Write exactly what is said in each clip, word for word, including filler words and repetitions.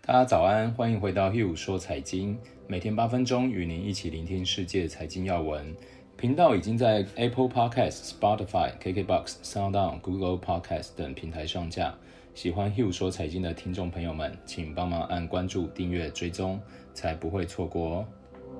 大家早安，欢迎回到 Hugh 说财经，每天八分钟与您一起聆听世界财经要闻。频道已经在 Apple Podcast、Spotify、K K B O X、SoundOn、Google Podcast 等平台上架。喜欢 Hugh 说财经的听众朋友们，请帮忙按关注、订阅、追踪，才不会错过哦。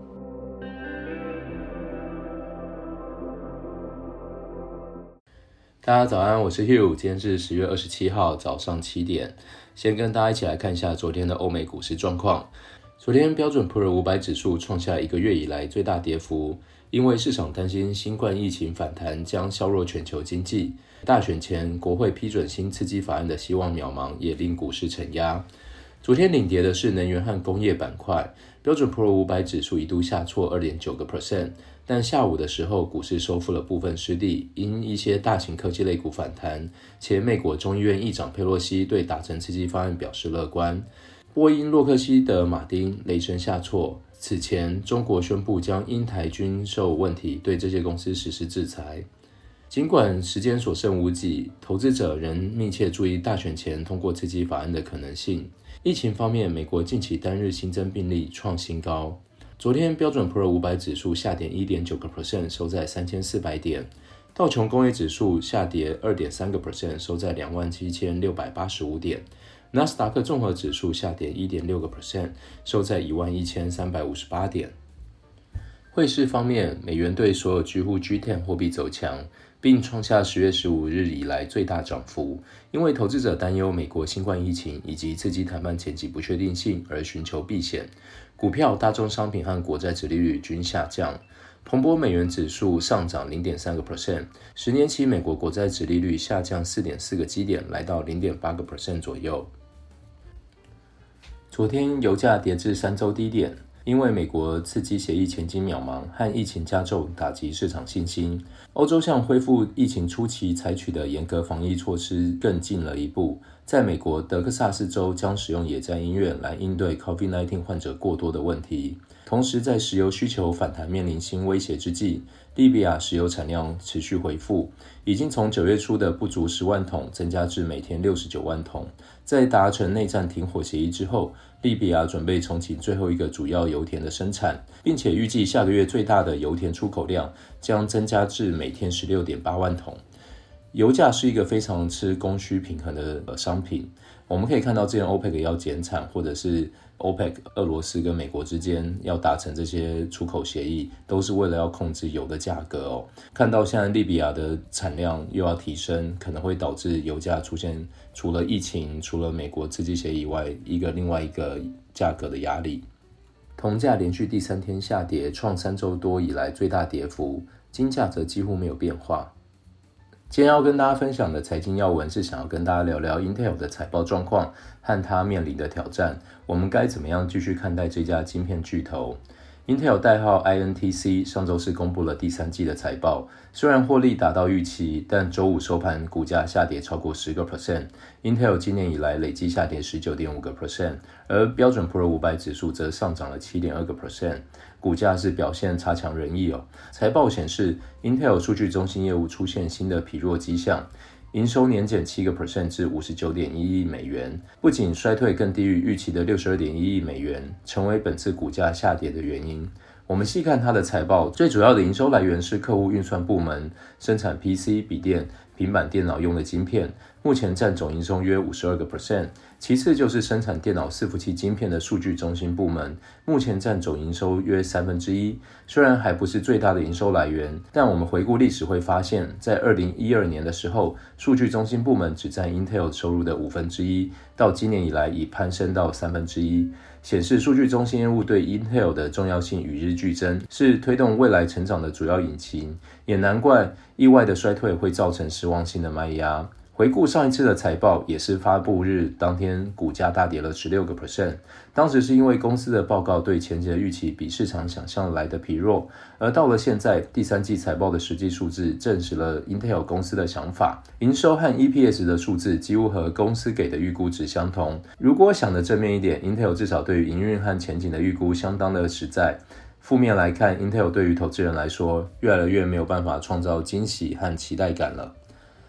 大家早安，我是 Hugh， 今天是十月二十七号早上七点。先跟大家一起来看一下昨天的欧美股市状况。昨天标准普尔五百指数创下一个月以来最大跌幅，因为市场担心新冠疫情反弹将削弱全球经济。大选前国会批准新刺激法案的希望渺茫，也令股市承压。昨天领跌的是能源和工业板块，标准普尔五百指数一度下挫 百分之二点九， 但下午的时候股市收复了部分失地，因一些大型科技类股反弹，且美国众议院议长佩洛西对打成刺激方案表示乐观。波音、洛克希德马丁、雷神下挫。此前中国宣布将因台军售问题对这些公司实施制裁。尽管时间所剩无几，投资者仍密切注意大选前通过刺激法案的可能性。疫情方面，美国近期单日新增病例创新高。昨天标准普尔五百指数下跌 百分之一点九， 收在三千四百点。道琼工业指数下跌 百分之二点三， 收在两万七千六百八十五点。纳斯达克综合指数下跌 百分之一点六， 收在一万一千三百五十八点。汇市方面，美元对所有巨户 G 十 货币走强，并创下十月十五日以来最大涨幅，因为投资者担忧美国新冠疫情以及刺激谈判前期不确定性而寻求避险。股票、大宗商品和国债殖利率均下降。彭博美元指数上涨 零点三 个 百分点， 十年期美国国债殖利率下降 四点四 个基点，来到 零点八 个 百分点 左右。昨天油价跌至三周低点，因为美国刺激协议前景渺茫和疫情加重打击市场信心。欧洲向恢复疫情初期采取的严格防疫措施更进了一步。在美国德克萨斯州将使用野战医院来应对 COVID 十九 患者过多的问题。同时，在石油需求反弹面临新威胁之际，利比亚石油产量持续恢复，已经从九月初的不足十万桶增加至每天六十九万桶。在达成内战停火协议之后，利比亚准备重启最后一个主要油田的生产，并且预计下个月最大的油田出口量将增加至每天 十六点八万桶。油价是一个非常吃供需平衡的商品，我们可以看到之前 OPEC 要减产，或者是 OPEC 俄罗斯跟美国之间要达成这些出口协议，都是为了要控制油的价格哦。看到现在利比亚的产量又要提升，可能会导致油价出现除了疫情、除了美国刺激协议以外，一个另外一个价格的压力。铜价连续第三天下跌，创三周多以来最大跌幅，金价则几乎没有变化。今天要跟大家分享的财经要闻是想要跟大家聊聊 Intel 的财报状况和它面临的挑战，我们该怎么样继续看待这家晶片巨头。Intel 代号 I N T C 上周四公布了第三季的财报，虽然获利达到预期，但周五收盘股价下跌超过 百分之十。 Intel 今年以来累计下跌 百分之十九点五， 而标准普尔五百指数则上涨了 百分之七点二， 股价是表现差强人意哦。财报显示 Intel 数据中心业务出现新的疲弱迹象，营收年减 百分之七 至 五十九点一亿美元，不仅衰退更低于预期的 六十二点一亿美元，成为本次股价下跌的原因。我们细看它的财报，最主要的营收来源是客户运算部门，生产 P C、笔电、平板电脑用的晶片，目前占总营收约 百分之五十二， 其次就是生产电脑伺服器晶片的数据中心部门，目前占总营收约三分之一。虽然还不是最大的营收来源，但我们回顾历史会发现，在二零一二年的时候，数据中心部门只占 Intel 收入的五分之一，到今年以来已攀升到三分之一，显示数据中心业务对 Intel 的重要性与日俱增，是推动未来成长的主要引擎，也难怪意外的衰退会造成失望性的卖压。回顾上一次的财报，也是发布日当天股价大跌了 百分之十六， 当时是因为公司的报告对前期的预期比市场想象来的疲弱，而到了现在第三季财报的实际数字证实了 Intel 公司的想法，营收和 E P S 的数字几乎和公司给的预估值相同。如果想得正面一点， Intel 至少对于营运和前景的预估相当的实在。负面来看， Intel 对于投资人来说越来越没有办法创造惊喜和期待感了。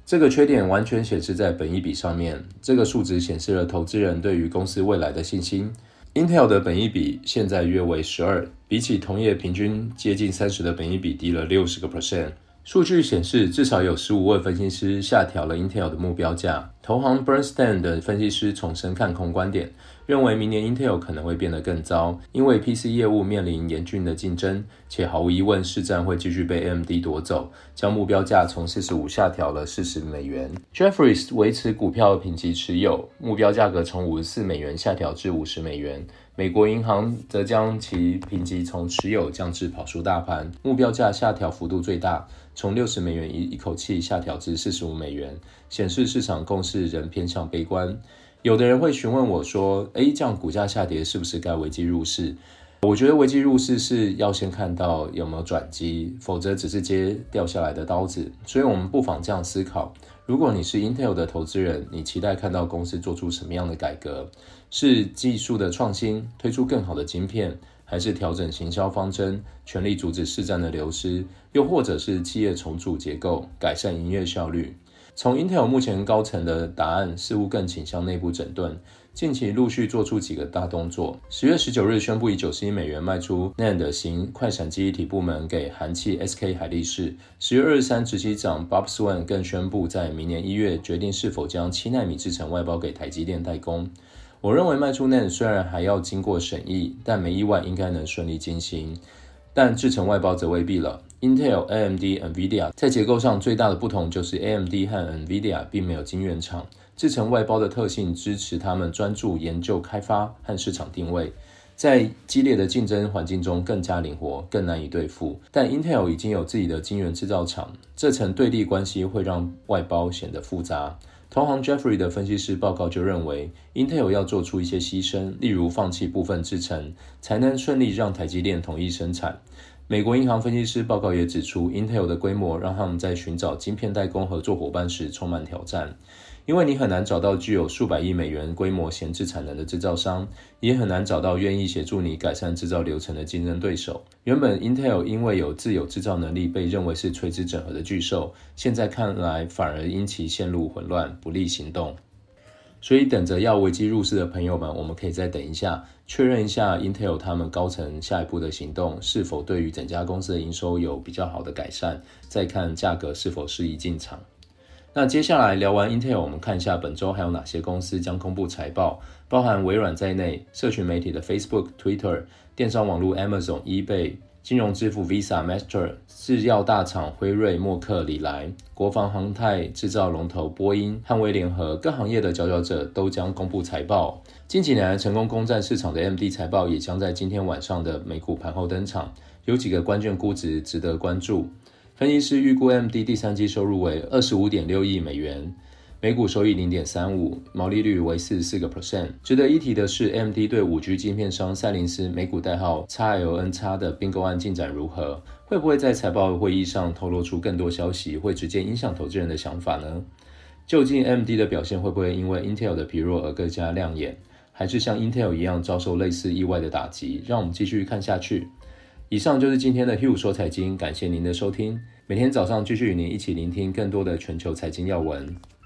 这个缺点完全显示在本益比上面，这个数值显示了投资人对于公司未来的信心。Intel 的本益比现在约为十二，比起同业平均接近三十的本益比低了 百分之六十。数据显示，至少有十五位分析师下调了 Intel 的目标价。投行 Bernstein 的分析师重申看空观点，认为明年 Intel 可能会变得更糟，因为 P C 业务面临严峻的竞争，且毫无疑问市占会继续被 A M D 夺走，将目标价从四十五下调了四十美元。Jefferies 维持股票评级持有，目标价格从五十四美元下调至五十美元。美国银行则将其评级从持有降至跑输大盘，目标价下调幅度最大，从六十美元一口气下调至四十五美元，显示市场共识仍偏向悲观。有的人会询问我说，诶，这样股价下跌是不是该危机入市？我觉得危机入市是要先看到有没有转机，否则只是接掉下来的刀子。所以我们不妨这样思考，如果你是 Intel 的投资人，你期待看到公司做出什么样的改革？是技术的创新，推出更好的晶片，还是调整行销方针，全力阻止市占的流失，又或者是企业重组结构，改善营业效率？从 Intel 目前高层的答案似乎更倾向内部整顿，近期陆续做出几个大动作。十月十九日宣布以九十亿美元卖出 N A N D 型快闪记忆体部门给韩企 S K 海力士。十月二十三，执行长 Bob Swan 更宣布在明年一月决定是否将七奈米制程外包给台积电代工。我认为卖出 N A N D 虽然还要经过审议，但没意外应该能顺利进行。但制程外包则未必了。Intel、A M D、Nvidia 在结构上最大的不同就是 A M D 和 Nvidia 并没有晶圆厂，制程外包的特性支持他们专注研究开发和市场定位，在激烈的竞争环境中更加灵活，更难以对付。但 Intel 已经有自己的晶圆制造厂，这层对立关系会让外包显得复杂。投行 Jefferies 的分析师报告就认为 Intel 要做出一些牺牲，例如放弃部分制程，才能顺利让台积电统一生产。美国银行分析师报告也指出， Intel 的规模让他们在寻找晶片代工合作伙伴时充满挑战，因为你很难找到具有数百亿美元规模闲置产能的制造商，也很难找到愿意协助你改善制造流程的竞争对手。原本 Intel 因为有自有制造能力被认为是垂直整合的巨兽，现在看来反而因其陷入混乱，不利行动。所以等着要危机入市的朋友们，我们可以再等一下，确认一下 Intel 他们高层下一步的行动是否对于整家公司的营收有比较好的改善，再看价格是否适宜进场。那接下来聊完 Intel， 我们看一下本周还有哪些公司将公布财报，包含微软在内，社群媒体的 Facebook、Twitter， 电商网络 Amazon、eBay， 金融支付 Visa、Master， 制药大厂辉瑞、默克、礼来，国防航太制造龙头波音、汉威联合，各行业的佼佼者都将公布财报。近几年来成功攻占市场的 A M D 财报也将在今天晚上的美股盘后登场，有几个关键估值值得关注。分析师预估 A M D 第三季收入为 二十五点六亿美元，每股收益 零点三五， 毛利率为 百分之四十四。 值得一提的是 A M D 对 五 G 晶片商赛灵思美股代号 X L N X 的并购案进展如何？会不会在财报会议上透露出更多消息，会直接影响投资人的想法呢？究竟 A M D 的表现会不会因为 Intel 的疲弱而更加亮眼，还是像 Intel 一样遭受类似意外的打击？让我们继续看下去。以上就是今天的 Hugh 说财经，感谢您的收听。每天早上继续与您一起聆听更多的全球财经要闻。